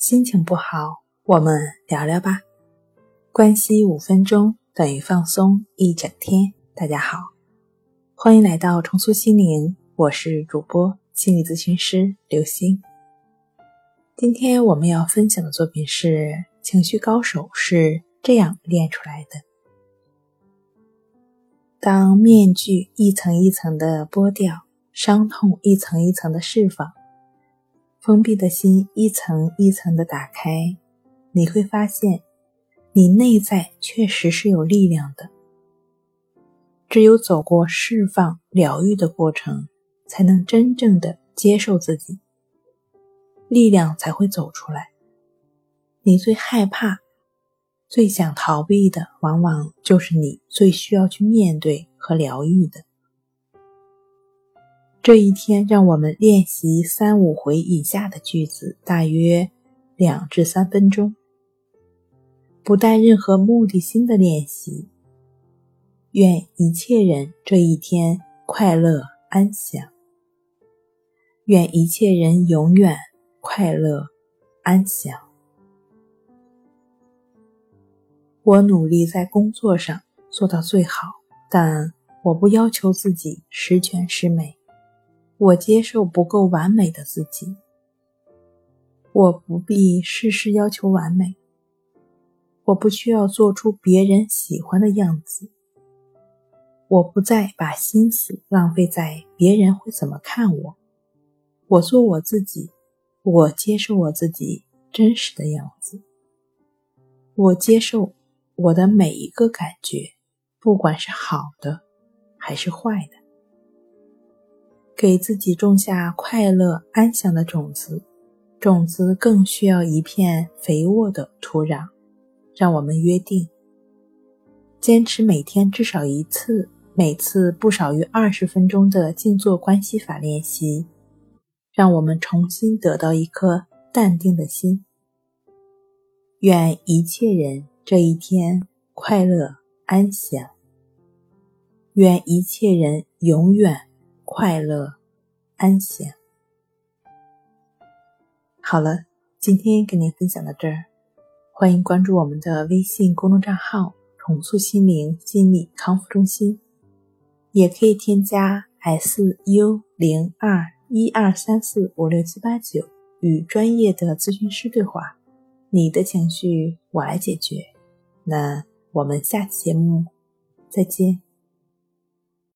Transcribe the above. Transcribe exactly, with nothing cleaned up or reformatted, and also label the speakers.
Speaker 1: 心情不好，我们聊聊吧。关系五分钟等于放松一整天。大家好，欢迎来到重塑心灵，我是主播心理咨询师刘星。今天我们要分享的作品是情绪高手是这样练出来的。当面具一层一层的剥掉，伤痛一层一层的释放，封闭的心一层一层的打开，你会发现你内在确实是有力量的。只有走过释放疗愈的过程，才能真正的接受自己，力量才会走出来。你最害怕最想逃避的，往往就是你最需要去面对和疗愈的。这一天让我们练习三五回以下的句子，大约两至三分钟，不带任何目的性的练习。愿一切人这一天快乐安详，愿一切人永远快乐安详。我努力在工作上做到最好，但我不要求自己十全十美。我接受不够完美的自己，我不必事事要求完美，我不需要做出别人喜欢的样子，我不再把心思浪费在别人会怎么看我，我做我自己，我接受我自己真实的样子，我接受我的每一个感觉，不管是好的还是坏的。给自己种下快乐安详的种子，种子更需要一片肥沃的土壤。让我们约定，坚持每天至少一次，每次不少于二十分钟的静坐关系法练习，让我们重新得到一颗淡定的心。愿一切人这一天快乐安详，愿一切人永远快乐安详。好了，今天跟您分享到这儿，欢迎关注我们的微信公众账号重塑心灵心理康复中心，也可以添加 S U 零二一二三四五六七八九 与专业的咨询师对话，你的情绪我来解决。那我们下期节目再见。